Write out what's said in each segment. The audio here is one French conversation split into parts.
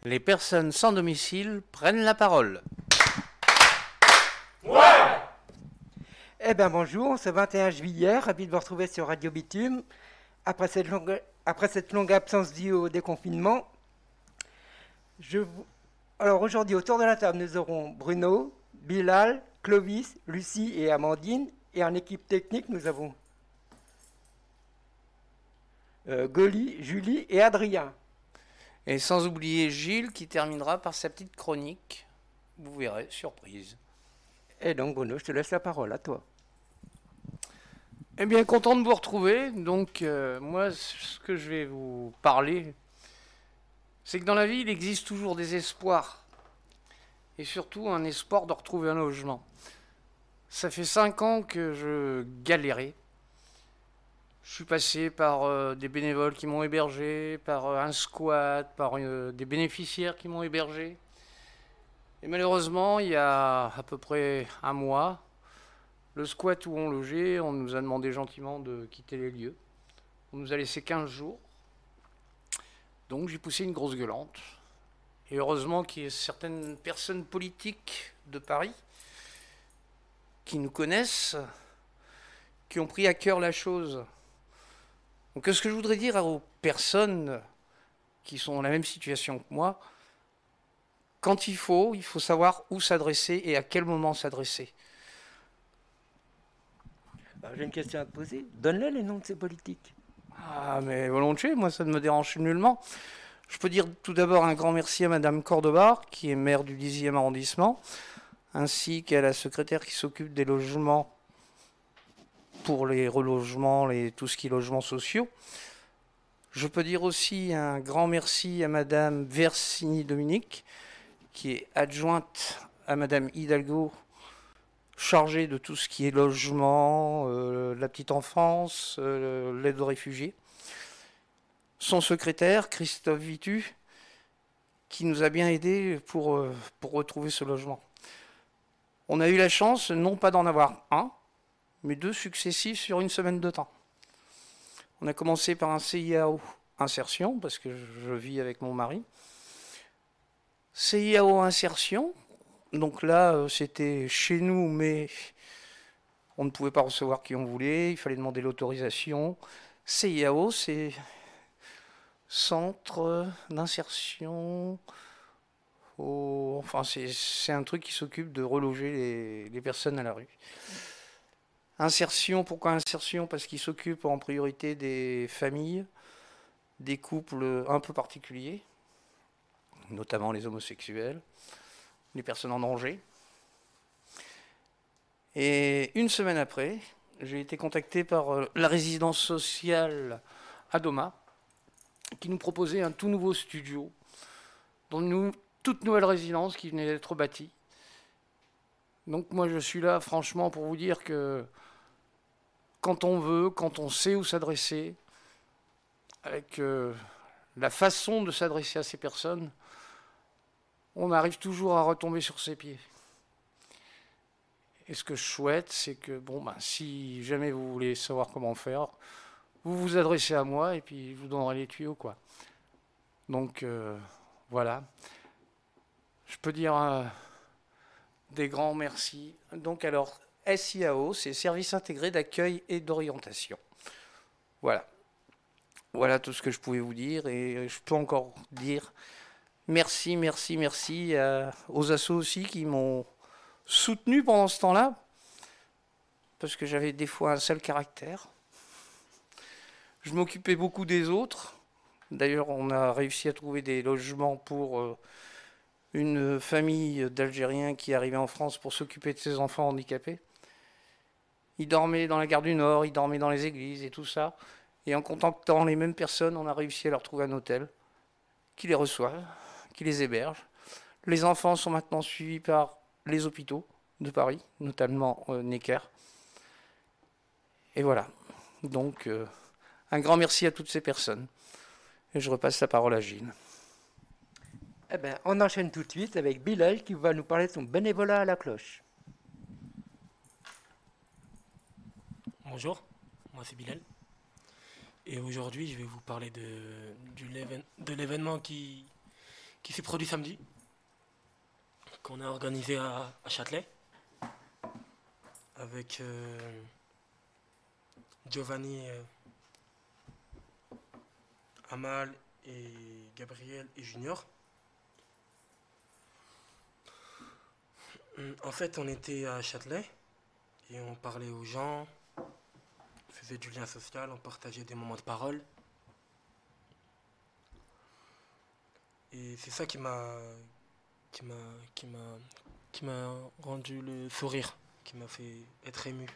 Les personnes sans domicile prennent la parole. Eh bien bonjour, ce 21 juillet, ravi de vous retrouver sur Radio Bitume. Après cette longue absence due au déconfinement, alors aujourd'hui autour de la table nous aurons Bruno, Bilal, Clovis, Lucie et Amandine. Et en équipe technique nous avons Goli, Julie et Adrien. Et sans oublier Gilles qui terminera par sa petite chronique. Vous verrez, surprise. Et donc Bruno, je te laisse la parole, à toi. Eh bien, content de vous retrouver. Donc, moi, ce que je vais vous parler, c'est que dans la vie, il existe toujours des espoirs. Et surtout, un espoir de retrouver un logement. Ça fait 5 ans que je galérais. Je suis passé par des bénévoles qui m'ont hébergé, par un squat, par des bénéficiaires qui m'ont hébergé. Et malheureusement, il y a à peu près un mois, le squat où on logeait, on nous a demandé gentiment de quitter les lieux. On nous a laissé 15 jours. Donc j'ai poussé une grosse gueulante. Et heureusement qu'il y a certaines personnes politiques de Paris qui nous connaissent, qui ont pris à cœur la chose. Donc ce que je voudrais dire aux personnes qui sont dans la même situation que moi, quand il faut savoir où s'adresser et à quel moment s'adresser. Alors, j'ai une question à te poser. Donne-les les noms de ces politiques. Ah, mais volontiers, moi ça ne me dérange nullement. Je peux dire tout d'abord un grand merci à Madame Cordobar, qui est maire du 10e arrondissement, ainsi qu'à la secrétaire qui s'occupe des logements pour les relogements, tout ce qui est logements sociaux. Je peux dire aussi un grand merci à Madame Versini Dominique, qui est adjointe à Madame Hidalgo, chargée de tout ce qui est logement, la petite enfance, l'aide aux réfugiés. Son secrétaire, Christophe Vitu, qui nous a bien aidés pour retrouver ce logement. On a eu la chance, non pas d'en avoir un, mais 2 successifs sur une semaine de temps. On a commencé par un CIAO insertion, parce que je vis avec mon mari. CIAO insertion, donc là c'était chez nous, mais on ne pouvait pas recevoir qui on voulait, il fallait demander l'autorisation. CIAO, c'est Centre d'insertion, enfin c'est un truc qui s'occupe de reloger les personnes à la rue. Insertion, pourquoi insertion? Parce qu'il s'occupe en priorité des familles, des couples un peu particuliers, notamment les homosexuels, les personnes en danger. Et une semaine après, j'ai été contacté par la résidence sociale Adoma, qui nous proposait un tout nouveau studio, dans une toute nouvelle résidence qui venait d'être bâtie. Donc moi je suis là franchement pour vous dire que quand on veut, quand on sait où s'adresser, avec la façon de s'adresser à ces personnes, on arrive toujours à retomber sur ses pieds. Et ce que je souhaite, c'est que si jamais vous voulez savoir comment faire, vous vous adressez à moi et puis je vous donnerai les tuyaux, quoi. Donc voilà. Je peux dire des grands merci. Donc alors, SIAO, c'est Service intégré d'accueil et d'orientation. Voilà. Voilà tout ce que je pouvais vous dire et je peux encore dire merci aux assos aussi qui m'ont soutenu pendant ce temps-là, parce que j'avais des fois un seul caractère. Je m'occupais beaucoup des autres. D'ailleurs, on a réussi à trouver des logements pour une famille d'Algériens qui arrivait en France pour s'occuper de ses enfants handicapés. Ils dormaient dans la gare du Nord, ils dormaient dans les églises et tout ça. Et en contactant les mêmes personnes, on a réussi à leur trouver un hôtel qui les reçoive, qui les héberge. Les enfants sont maintenant suivis par les hôpitaux de Paris, notamment Necker. Et voilà. Donc, un grand merci à toutes ces personnes. Et je repasse la parole à Gilles. Eh bien, on enchaîne tout de suite avec Bilal qui va nous parler de son bénévolat à la cloche. Bonjour, moi c'est Bilal. Et aujourd'hui, je vais vous parler de l'événement qui qui s'est produit samedi, qu'on a organisé à Châtelet, avec Giovanni, Amal et Gabriel et Junior. En fait, on était à Châtelet et on parlait aux gens, on faisait du lien social, on partageait des moments de parole. Et c'est ça qui m'a rendu le sourire, qui m'a fait être ému.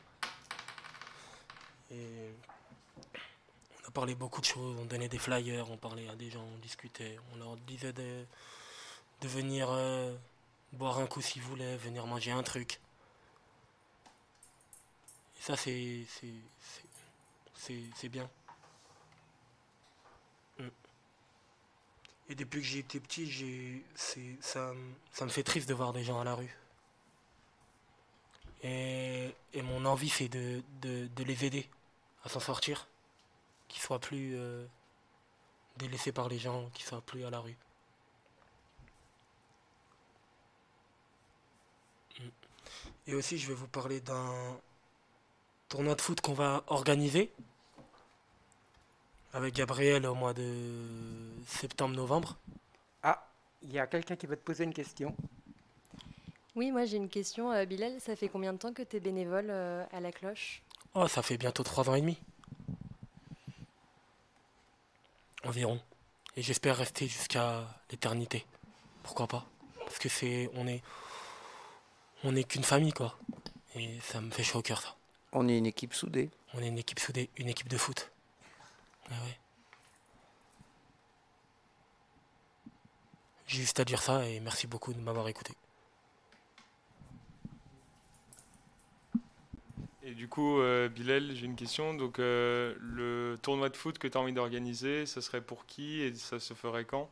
Et on a parlé beaucoup de choses, on donnait des flyers, on parlait à des gens, on discutait, on leur disait de venir boire un coup s'ils voulaient, venir manger un truc. Et ça, c'est bien. Et depuis que j'ai été petit, ça me fait triste de voir des gens à la rue. Et mon envie, c'est de les aider à s'en sortir, qu'ils soient plus délaissés par les gens, qu'ils soient plus à la rue. Et aussi, je vais vous parler d'un tournoi de foot qu'on va organiser avec Gabriel au mois de septembre-novembre. Ah, il y a quelqu'un qui va te poser une question. Oui, moi j'ai une question. Bilal, ça fait combien de temps que tu es bénévole à la cloche? Oh, ça fait bientôt 3 ans et demi. Environ. Et j'espère rester jusqu'à l'éternité. Pourquoi pas? Parce que on est qu'une famille, quoi. Et ça me fait chaud au cœur, ça. On est une équipe soudée. On est une équipe soudée, une équipe de foot. Ah ouais. J'ai juste à dire ça et merci beaucoup de m'avoir écouté. Et du coup, Bilal, j'ai une question. Donc, le tournoi de foot que tu as envie d'organiser, ça serait pour qui et ça se ferait quand?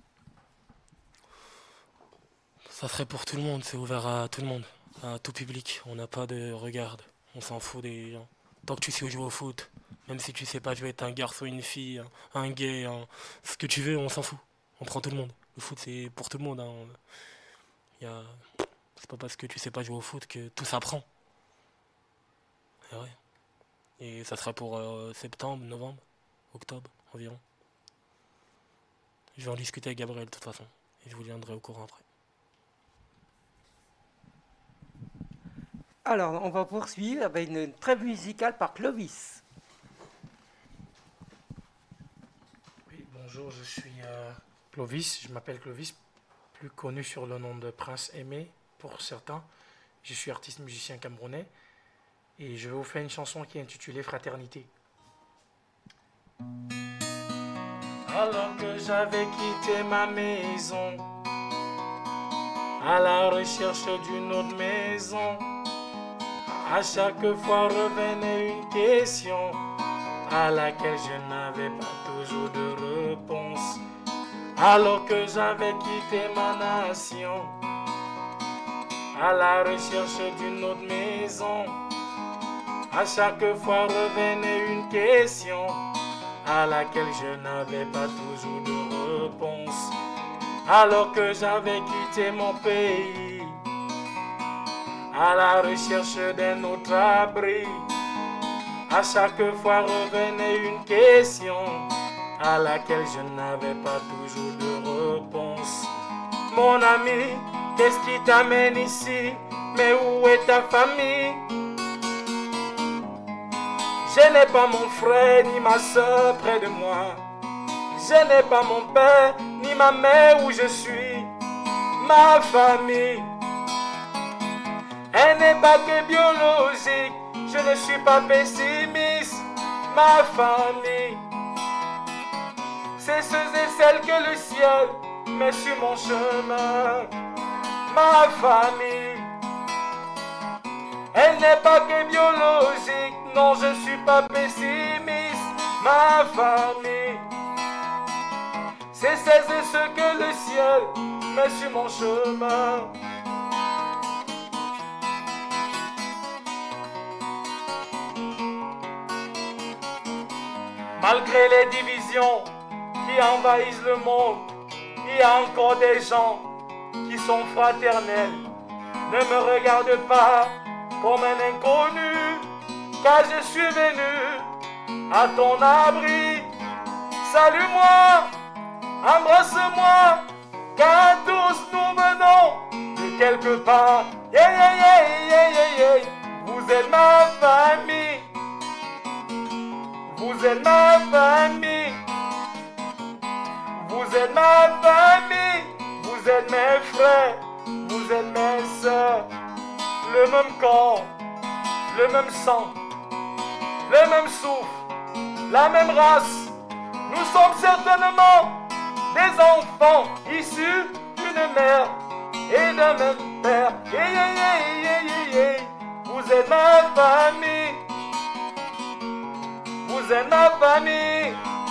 Ça serait pour tout le monde, c'est ouvert à tout le monde, à tout public. On n'a pas de regard, on s'en fout des gens. Tant que tu sais jouer au foot, même si tu sais pas jouer, être un garçon, une fille, un gay, ce que tu veux, on s'en fout. On prend tout le monde. Le foot, c'est pour tout le monde. C'est pas parce que tu sais pas jouer au foot que tout s'apprend. Et ouais. Et ça sera pour septembre, novembre, octobre environ. Je vais en discuter avec Gabriel de toute façon. Et je vous tiendrai au courant après. Alors, on va poursuivre avec une trêve musicale par Clovis. Oui, bonjour, je suis Clovis, je m'appelle Clovis, plus connu sur le nom de Prince Aimé pour certains. Je suis artiste musicien camerounais et je vais vous faire une chanson qui est intitulée Fraternité. Alors que j'avais quitté ma maison à la recherche d'une autre maison, à chaque fois revenait une question à laquelle je n'avais pas toujours de réponse. Alors que j'avais quitté ma nation à la recherche d'une autre maison, à chaque fois revenait une question à laquelle je n'avais pas toujours de réponse. Alors que j'avais quitté mon pays à la recherche d'un autre abri, à chaque fois revenait une question à laquelle je n'avais pas toujours de réponse. Mon ami, qu'est-ce qui t'amène ici? Mais où est ta famille? Je n'ai pas mon frère ni ma soeur près de moi. Je n'ai pas mon père ni ma mère où je suis. Ma famille, elle n'est pas que biologique, je ne suis pas pessimiste. Ma famille, c'est ceux et celles que le ciel met sur mon chemin. Ma famille, elle n'est pas que biologique, non je ne suis pas pessimiste. Ma famille, c'est celles et ceux que le ciel met sur mon chemin. Malgré les divisions qui envahissent le monde, il y a encore des gens qui sont fraternels. Ne me regarde pas comme un inconnu, car je suis venu à ton abri. Salue-moi, embrasse-moi, car tous nous venons de quelque part. Yeah, yeah, yeah, yeah, yeah, yeah. Vous êtes ma famille. Vous êtes ma famille. Vous êtes ma famille. Vous êtes mes frères. Vous êtes mes sœurs. Le même corps, le même sang, le même souffle, la même race. Nous sommes certainement des enfants issus d'une mère et d'un même père. Yeah, yeah, yeah, yeah, yeah, yeah. Vous êtes ma famille. Vous êtes ma famille.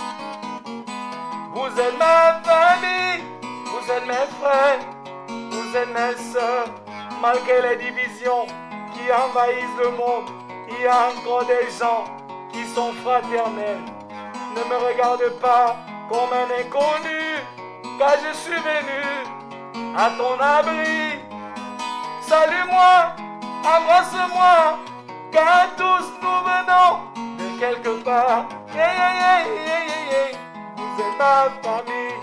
Vous êtes ma famille. Vous êtes mes frères. Vous êtes mes sœurs. Malgré les divisions qui envahissent le monde, il y a encore des gens qui sont fraternels. Ne me regarde pas comme un inconnu, car je suis venu à ton abri. Salue-moi, embrasse-moi, car tous nous venons de quelque part. Yeah, yeah, yeah, yeah, yeah, yeah. Vous êtes ma famille.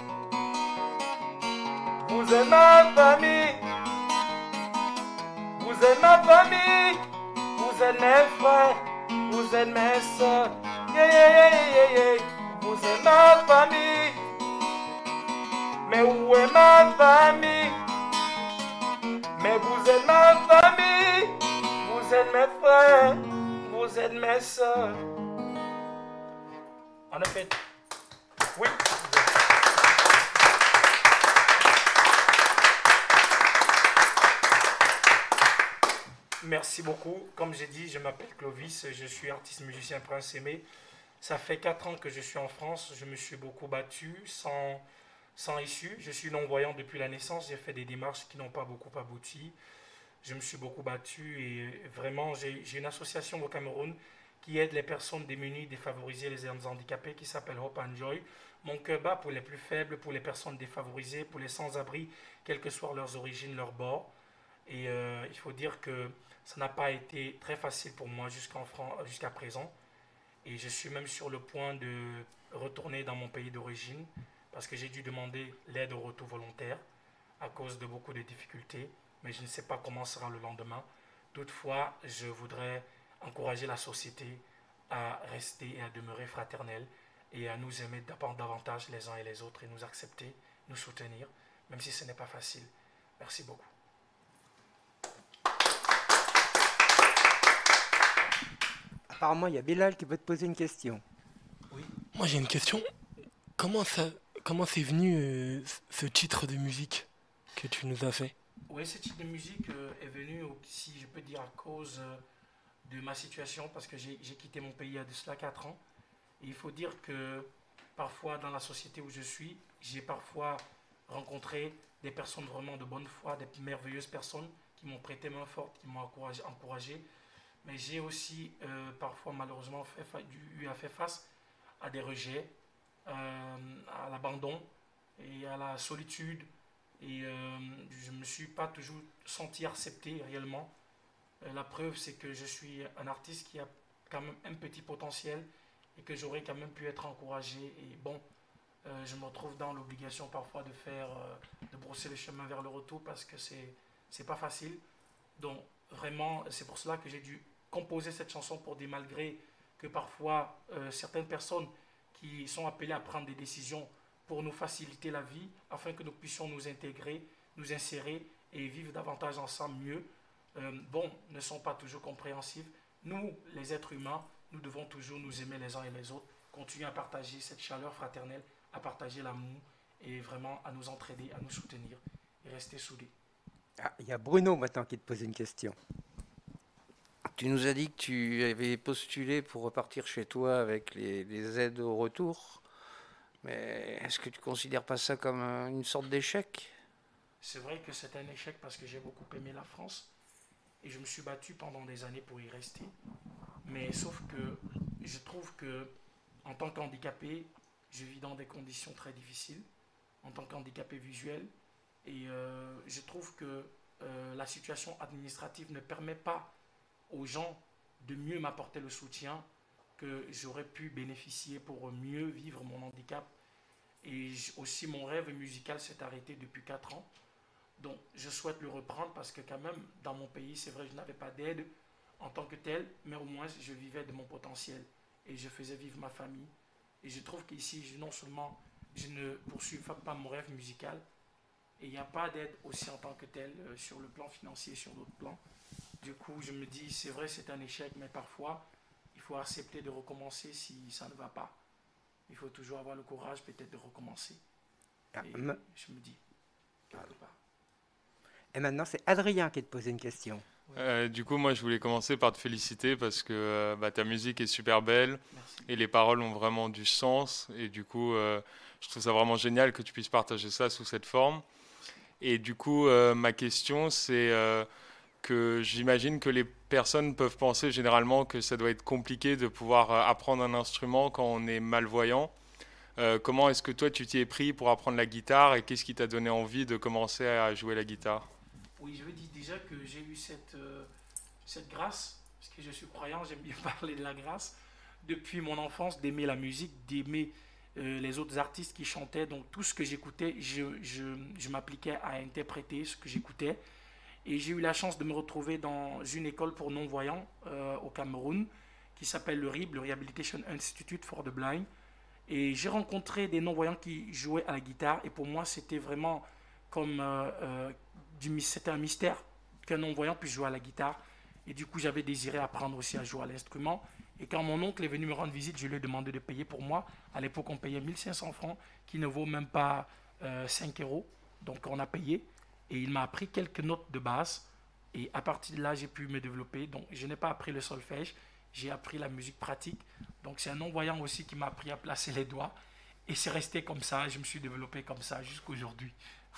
Vous êtes ma famille. Vous êtes ma famille. Vous êtes mes frères. Vous êtes mes soeurs. Yeah, yeah, yeah, yeah, yeah. Vous êtes ma famille. Mais où est ma famille? Mais vous êtes ma famille. Vous êtes mes frères. Vous êtes mes soeurs. En effet. Oui. Merci beaucoup. Comme j'ai dit, je m'appelle Clovis, je suis artiste musicien Prince Aimé. Ça fait 4 ans que je suis en France. Je me suis beaucoup battu sans issue. Je suis non-voyant depuis la naissance. J'ai fait des démarches qui n'ont pas beaucoup abouti. Je me suis beaucoup battu et vraiment, j'ai une association au Cameroun qui aide les personnes démunies, défavorisées, les handicapés, qui s'appelle Hope and Joy. Mon cœur bat pour les plus faibles, pour les personnes défavorisées, pour les sans-abri, quelles que soient leurs origines, leurs bords. Et il faut dire que ça n'a pas été très facile pour moi jusqu'à présent. Et je suis même sur le point de retourner dans mon pays d'origine parce que j'ai dû demander l'aide au retour volontaire à cause de beaucoup de difficultés. Mais je ne sais pas comment sera le lendemain. Toutefois, je voudrais encourager la société à rester et à demeurer fraternelle et à nous aimer davantage les uns et les autres et nous accepter, nous soutenir, même si ce n'est pas facile. Merci beaucoup. Apparemment, il y a Bilal qui veut te poser une question. Oui. Moi, j'ai une question. Comment c'est venu ce titre de musique que tu nous as fait? Oui, ce titre de musique est venu, si je peux dire, à cause de ma situation, parce que j'ai quitté mon pays il y a de cela 4 ans. Et il faut dire que parfois, dans la société où je suis, j'ai parfois rencontré des personnes vraiment de bonne foi, des merveilleuses personnes qui m'ont prêté main forte, qui m'ont encouragé. Mais j'ai aussi parfois malheureusement eu à faire face à des rejets, à l'abandon et à la solitude. Et je ne me suis pas toujours senti accepté réellement. La preuve, c'est que je suis un artiste qui a quand même un petit potentiel et que j'aurais quand même pu être encouragé. Et bon, je me retrouve dans l'obligation parfois de brosser le chemin vers le retour parce que c'est pas facile. Donc vraiment, c'est pour cela que j'ai dû composer cette chanson pour dire, malgré que parfois certaines personnes qui sont appelées à prendre des décisions pour nous faciliter la vie, afin que nous puissions nous intégrer, nous insérer et vivre davantage ensemble mieux, ne sont pas toujours compréhensifs. Nous, les êtres humains, nous devons toujours nous aimer les uns et les autres, continuer à partager cette chaleur fraternelle, à partager l'amour et vraiment à nous entraider, à nous soutenir et rester soudés. Ah, il y a Bruno maintenant qui te pose une question. Tu nous as dit que tu avais postulé pour repartir chez toi avec les aides au retour. Mais est-ce que tu ne considères pas ça comme une sorte d'échec? C'est vrai que c'est un échec parce que j'ai beaucoup aimé la France et je me suis battu pendant des années pour y rester. Mais sauf que je trouve que en tant qu'handicapé, je vis dans des conditions très difficiles. en tant qu'handicapé visuel. Et je trouve que la situation administrative ne permet pas aux gens de mieux m'apporter le soutien que j'aurais pu bénéficier pour mieux vivre mon handicap. Et aussi, mon rêve musical s'est arrêté depuis 4 ans. Donc, je souhaite le reprendre parce que quand même, dans mon pays, c'est vrai, je n'avais pas d'aide en tant que tel, mais au moins, je vivais de mon potentiel et je faisais vivre ma famille. Et je trouve qu'ici, non seulement je ne poursuis pas mon rêve musical, et il n'y a pas d'aide aussi en tant que tel sur le plan financier, sur d'autres plans. Du coup, je me dis, c'est vrai, c'est un échec, mais parfois, il faut accepter de recommencer si ça ne va pas. Il faut toujours avoir le courage peut-être de recommencer. Et je me dis, quelque part. Et maintenant, c'est Adrien qui te posait une question. Du coup, moi, je voulais commencer par te féliciter parce que ta musique est super belle. Merci. Et les paroles ont vraiment du sens. Et du coup, je trouve ça vraiment génial que tu puisses partager ça sous cette forme. Et du coup, ma question, c'est que j'imagine que les personnes peuvent penser généralement que ça doit être compliqué de pouvoir apprendre un instrument quand on est malvoyant. Comment est-ce que toi, tu t'y es pris pour apprendre la guitare et qu'est-ce qui t'a donné envie de commencer à jouer la guitare? Oui, je veux dire déjà que j'ai eu cette grâce, parce que je suis croyant, j'aime bien parler de la grâce, depuis mon enfance, d'aimer la musique, d'aimer les autres artistes qui chantaient. Donc tout ce que j'écoutais, je m'appliquais à interpréter ce que j'écoutais. Et j'ai eu la chance de me retrouver dans une école pour non-voyants au Cameroun, qui s'appelle le RIB, le Rehabilitation Institute for the Blind. Et j'ai rencontré des non-voyants qui jouaient à la guitare. Et pour moi, c'était vraiment comme c'était un mystère qu'un non-voyant puisse jouer à la guitare. Et du coup, j'avais désiré apprendre aussi à jouer à l'instrument. Et quand mon oncle est venu me rendre visite, je lui ai demandé de payer pour moi. À l'époque, on payait 1500 francs, qui ne vaut même pas 5 euros. Donc, on a payé. Et il m'a appris quelques notes de base. Et à partir de là, j'ai pu me développer. Donc, je n'ai pas appris le solfège. J'ai appris la musique pratique. Donc, c'est un non-voyant aussi qui m'a appris à placer les doigts. Et c'est resté comme ça. Je me suis développé comme ça jusqu'à aujourd'hui.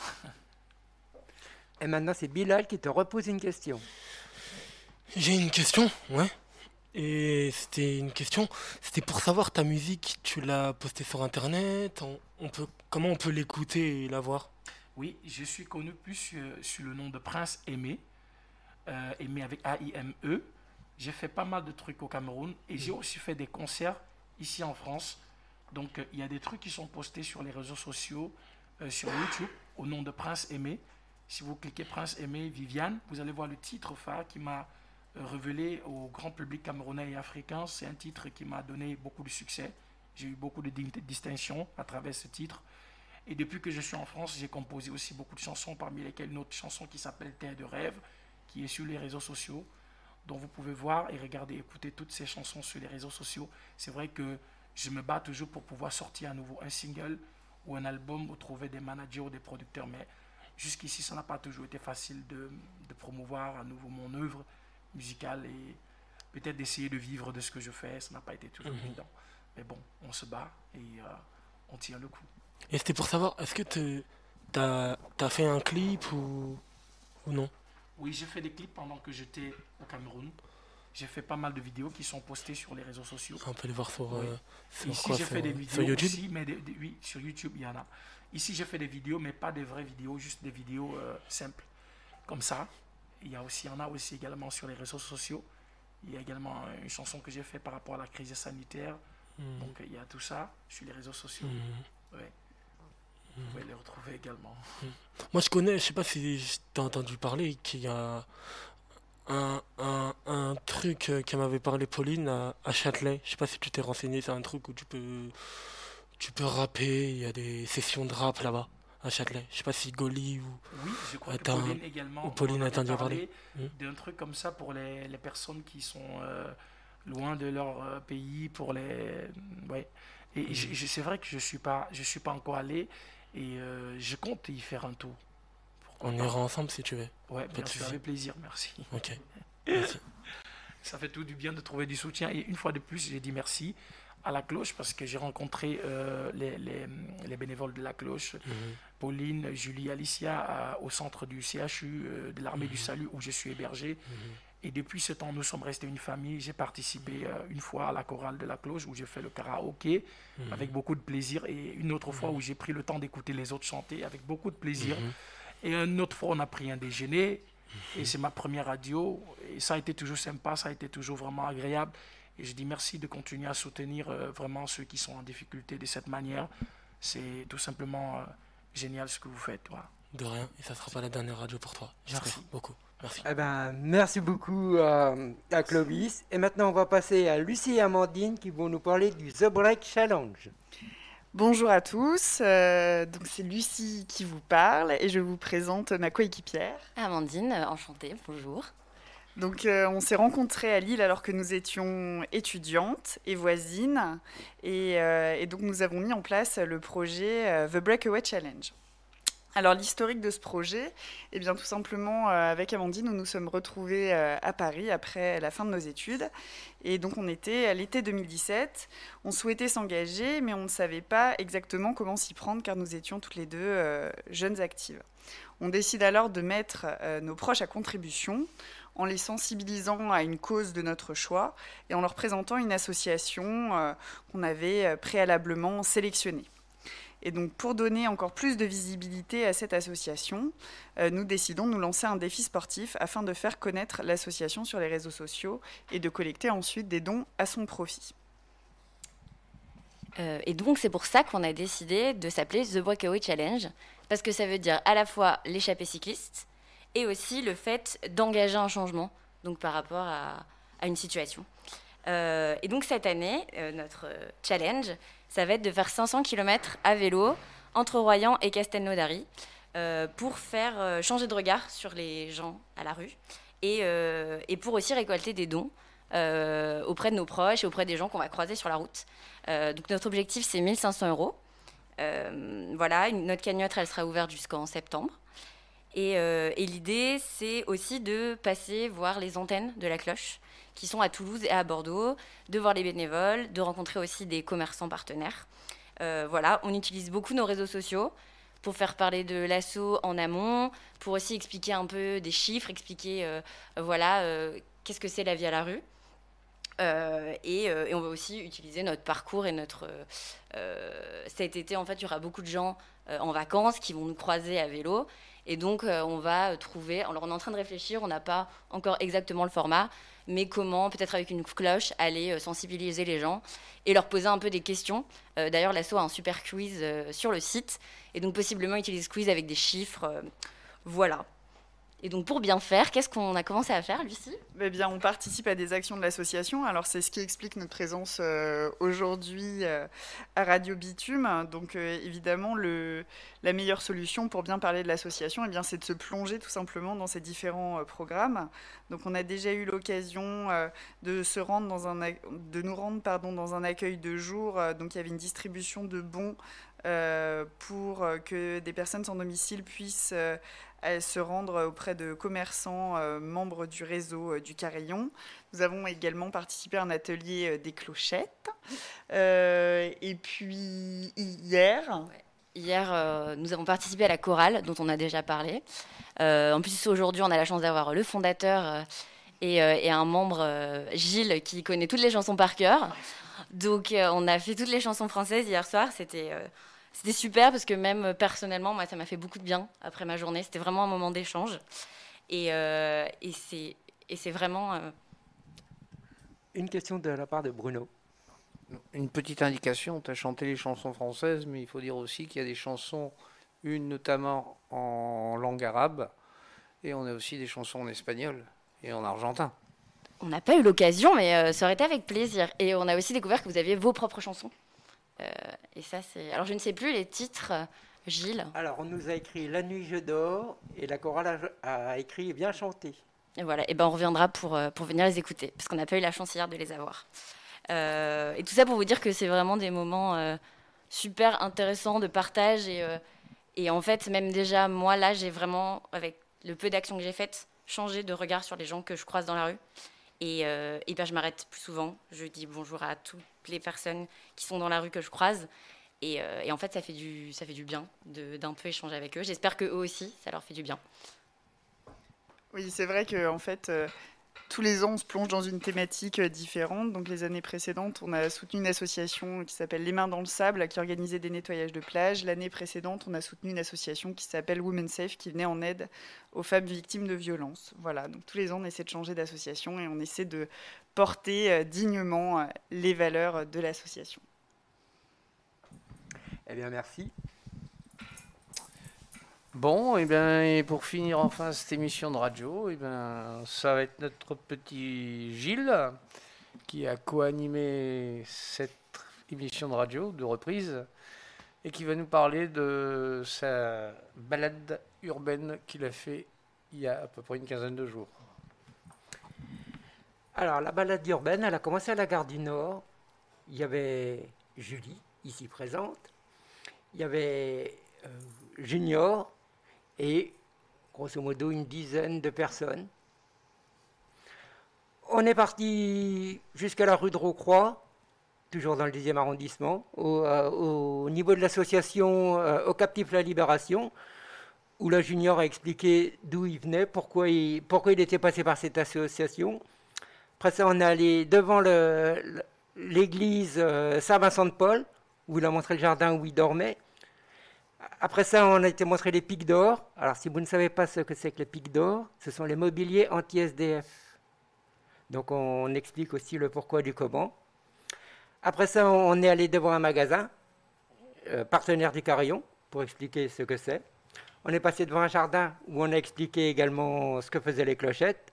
Et maintenant, c'est Bilal qui te repose une question. J'ai une question, ouais. Et c'était pour savoir ta musique, tu l'as postée sur internet, comment on peut l'écouter et la voir? Oui, je suis connu plus sur le nom de Prince Aimé, Aimé avec A-I-M-E. J'ai fait pas mal de trucs au Cameroun et j'ai aussi fait des concerts ici en France. Donc il y a des trucs qui sont postés sur les réseaux sociaux, sur YouTube, au nom de Prince Aimé. Si vous cliquez Prince Aimé Viviane, vous allez voir le titre phare qui m'a révélé au grand public camerounais et africain. C'est un titre qui m'a donné beaucoup de succès. J'ai eu beaucoup de distinctions à travers ce titre. Et depuis que je suis en France, j'ai composé aussi beaucoup de chansons, parmi lesquelles une autre chanson qui s'appelle Terre de rêve, qui est sur les réseaux sociaux. Donc vous pouvez voir et regarder, écouter toutes ces chansons sur les réseaux sociaux. C'est vrai que je me bats toujours pour pouvoir sortir à nouveau un single ou un album ou trouver des managers ou des producteurs. Mais jusqu'ici, ça n'a pas toujours été facile de promouvoir à nouveau mon œuvre musicale et peut-être d'essayer de vivre de ce que je fais. Ça n'a pas été toujours évident. Mais bon, on se bat et on tient le coup. Et c'était pour savoir, est-ce que t'as fait un clip ou non? Oui, j'ai fait des clips pendant que j'étais au Cameroun. J'ai fait pas mal de vidéos qui sont postées sur les réseaux sociaux. On peut les voir sur, oui. sur Ici, quoi, j'ai fait des vidéos sur YouTube aussi, mais oui, sur YouTube, il y en a. Ici, j'ai fait des vidéos, mais pas des vraies vidéos, juste des vidéos simples, comme ça. Il y en a aussi également sur les réseaux sociaux. Il y a également une chanson que j'ai faite par rapport à la crise sanitaire. Donc, il y a tout ça sur les réseaux sociaux. Ouais. Vous pouvez les retrouver également. Moi, je connais, je sais pas si tu as entendu parler, qu'il y a un truc qu'elle m'avait parlé Pauline à Châtelet. Je sais pas si tu t'es renseigné, c'est un truc où tu peux rapper, il y a des sessions de rap là-bas à Châtelet. Je sais pas si Goli ou... Oui, je crois que Pauline également. Pauline a entendu parler d'un truc comme ça pour les personnes qui sont loin de leur pays, pour les... Ouais. Et c'est vrai que je suis pas encore allé et je compte y faire un tour. On ira ensemble si tu veux. Ouais, bien sûr, avec plaisir, merci. Ok, merci. Ça fait tout du bien de trouver du soutien. Et une fois de plus, j'ai dit merci à La Cloche parce que j'ai rencontré les bénévoles de La Cloche, Pauline, Julie, Alicia, au centre du CHU de l'Armée du Salut où je suis hébergé. Et depuis ce temps, nous sommes restés une famille. J'ai participé une fois à la chorale de la cloche où j'ai fait le karaoké avec beaucoup de plaisir. Et une autre fois où j'ai pris le temps d'écouter les autres chanter avec beaucoup de plaisir. Et une autre fois, on a pris un déjeuner. Et c'est ma première radio. Et ça a été toujours sympa, ça a été toujours vraiment agréable. Et je dis merci de continuer à soutenir vraiment ceux qui sont en difficulté de cette manière. C'est tout simplement génial ce que vous faites. Voilà. De rien, et ça ne sera pas la dernière radio pour toi. J'espère beaucoup. Merci. Eh ben, merci beaucoup à Clovis. Et maintenant, on va passer à Lucie et Amandine qui vont nous parler du The Break Challenge. Bonjour à tous, donc c'est Lucie qui vous parle et je vous présente ma coéquipière. Amandine, enchantée, bonjour. Donc on s'est rencontrés à Lille alors que nous étions étudiantes et voisines et donc nous avons mis en place le projet The Breakaway Challenge. Alors l'historique de ce projet, eh bien tout simplement avec Amandine, nous nous sommes retrouvés à Paris après la fin de nos études. Et donc on était à l'été 2017, on souhaitait s'engager mais on ne savait pas exactement comment s'y prendre car nous étions toutes les deux jeunes actives. On décide alors de mettre nos proches à contribution en les sensibilisant à une cause de notre choix et en leur présentant une association qu'on avait préalablement sélectionnée. Et donc, pour donner encore plus de visibilité à cette association, nous décidons de nous lancer un défi sportif afin de faire connaître l'association sur les réseaux sociaux et de collecter ensuite des dons à son profit. Et donc, c'est pour ça qu'on a décidé de s'appeler The Breakaway Challenge, parce que ça veut dire à la fois l'échappée cycliste et aussi le fait d'engager un changement, donc par rapport à une situation. Et donc, cette année, notre challenge, ça va être de faire 500 km à vélo entre Royan et Castelnaudary pour faire changer de regard sur les gens à la rue et pour aussi récolter des dons auprès de nos proches et auprès des gens qu'on va croiser sur la route. Donc notre objectif, c'est 1 500 €. Voilà, notre cagnotte, elle sera ouverte jusqu'en septembre. Et l'idée, c'est aussi de passer voir les antennes de la cloche qui sont à Toulouse et à Bordeaux, de voir les bénévoles, de rencontrer aussi des commerçants partenaires. Voilà, on utilise beaucoup nos réseaux sociaux pour faire parler de l'asso en amont, pour aussi expliquer un peu des chiffres, expliquer qu'est-ce que c'est la vie à la rue. Et on va aussi utiliser notre parcours et notre... cet été, en fait, il y aura beaucoup de gens en vacances qui vont nous croiser à vélo. Et donc, on va trouver... Alors, on est en train de réfléchir, on n'a pas encore exactement le format, mais comment, peut-être avec une cloche, aller sensibiliser les gens et leur poser un peu des questions. D'ailleurs, l'asso a un super quiz sur le site. Et donc, possiblement, utiliser ce quiz avec des chiffres. Voilà. Et donc, pour bien faire, qu'est-ce qu'on a commencé à faire, Lucie ? Eh bien, on participe à des actions de l'association. Alors, c'est ce qui explique notre présence aujourd'hui à Radio Bitume. Donc, évidemment, la meilleure solution pour bien parler de l'association, eh bien, c'est de se plonger tout simplement dans ces différents programmes. Donc, on a déjà eu l'occasion de nous rendre dans un accueil de jour. Donc, il y avait une distribution de bons pour que des personnes sans domicile puissent se rendre auprès de commerçants membres du réseau du Carillon. Nous avons également participé à un atelier des clochettes. Et puis hier... Hier, nous avons participé à la chorale dont on a déjà parlé. En plus, aujourd'hui, on a la chance d'avoir le fondateur et un membre, Gilles, qui connaît toutes les chansons par cœur. Donc, on a fait toutes les chansons françaises hier soir. C'était super parce que même personnellement, moi, ça m'a fait beaucoup de bien après ma journée. C'était vraiment un moment d'échange. Et c'est vraiment... Une question de la part de Bruno. Une petite indication, tu as chanté les chansons françaises, mais il faut dire aussi qu'il y a des chansons, une notamment en langue arabe, et on a aussi des chansons en espagnol et en argentin. On n'a pas eu l'occasion, mais ça aurait été avec plaisir. Et on a aussi découvert que vous aviez vos propres chansons. Et ça, c'est... Alors, je ne sais plus les titres, Gilles. Alors, on nous a écrit La nuit je dors, et la chorale a écrit Bien chanter. Et voilà, et ben on reviendra pour venir les écouter, parce qu'on n'a pas eu la chance hier de les avoir. Et tout ça pour vous dire que c'est vraiment des moments super intéressants de partage. Et en fait, même déjà, moi, là, j'ai vraiment, avec le peu d'actions que j'ai faites, changé de regard sur les gens que je croise dans la rue. Et ben, je m'arrête plus souvent. Je dis bonjour à toutes les personnes qui sont dans la rue que je croise. Et en fait, ça fait du bien d'un peu échanger avec eux. J'espère qu'eux aussi, ça leur fait du bien. Oui, c'est vrai que en fait, tous les ans, on se plonge dans une thématique différente. Donc, les années précédentes, on a soutenu une association qui s'appelle Les Mains dans le Sable, qui organisait des nettoyages de plage. L'année précédente, on a soutenu une association qui s'appelle Women Safe, qui venait en aide aux femmes victimes de violences. Voilà, donc tous les ans, on essaie de changer d'association et on essaie de porter dignement les valeurs de l'association. Eh bien, merci. Bon, et bien, et pour finir enfin cette émission de radio, et bien, ça va être notre petit Gilles qui a co-animé cette émission de radio de reprise et qui va nous parler de sa balade urbaine qu'il a fait il y a à peu près une quinzaine de jours. Alors, la balade urbaine, elle a commencé à la gare du Nord. Il y avait Julie, ici présente. Il y avait Junior et, grosso modo, une dizaine de personnes. On est parti jusqu'à la rue de Rocroi, toujours dans le 10e arrondissement, au niveau de l'association Au Captif La Libération, où la Junior a expliqué d'où il venait, pourquoi il était passé par cette association. Après ça, on est allé devant l'église Saint-Vincent-de-Paul, où il a montré le jardin où il dormait. Après ça, on a été montrer les pics d'or. Alors, si vous ne savez pas ce que c'est que les pics d'or, ce sont les mobiliers anti-SDF. Donc, on explique aussi le pourquoi du comment. Après ça, on est allé devant un magasin, partenaire du Carillon, pour expliquer ce que c'est. On est passé devant un jardin où on a expliqué également ce que faisaient les clochettes.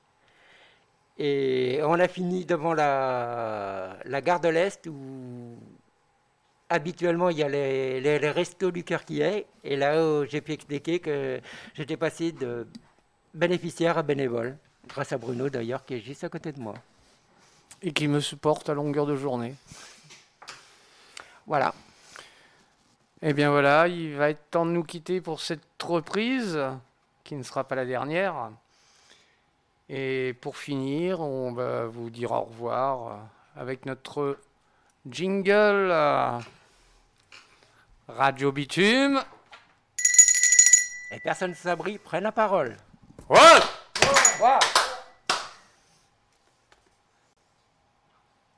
Et on a fini devant la gare de l'Est où habituellement il y a les restos du cœur qui est. Et là, j'ai pu expliquer que j'étais passé de bénéficiaire à bénévole, grâce à Bruno d'ailleurs, qui est juste à côté de moi. Et qui me supporte à longueur de journée. Voilà. Et bien voilà, il va être temps de nous quitter pour cette reprise, qui ne sera pas la dernière. Et pour finir, on va vous dire au revoir avec notre jingle Radio Bitume. Et personne ne s'abri, prenne la parole. Ouais. Ouais.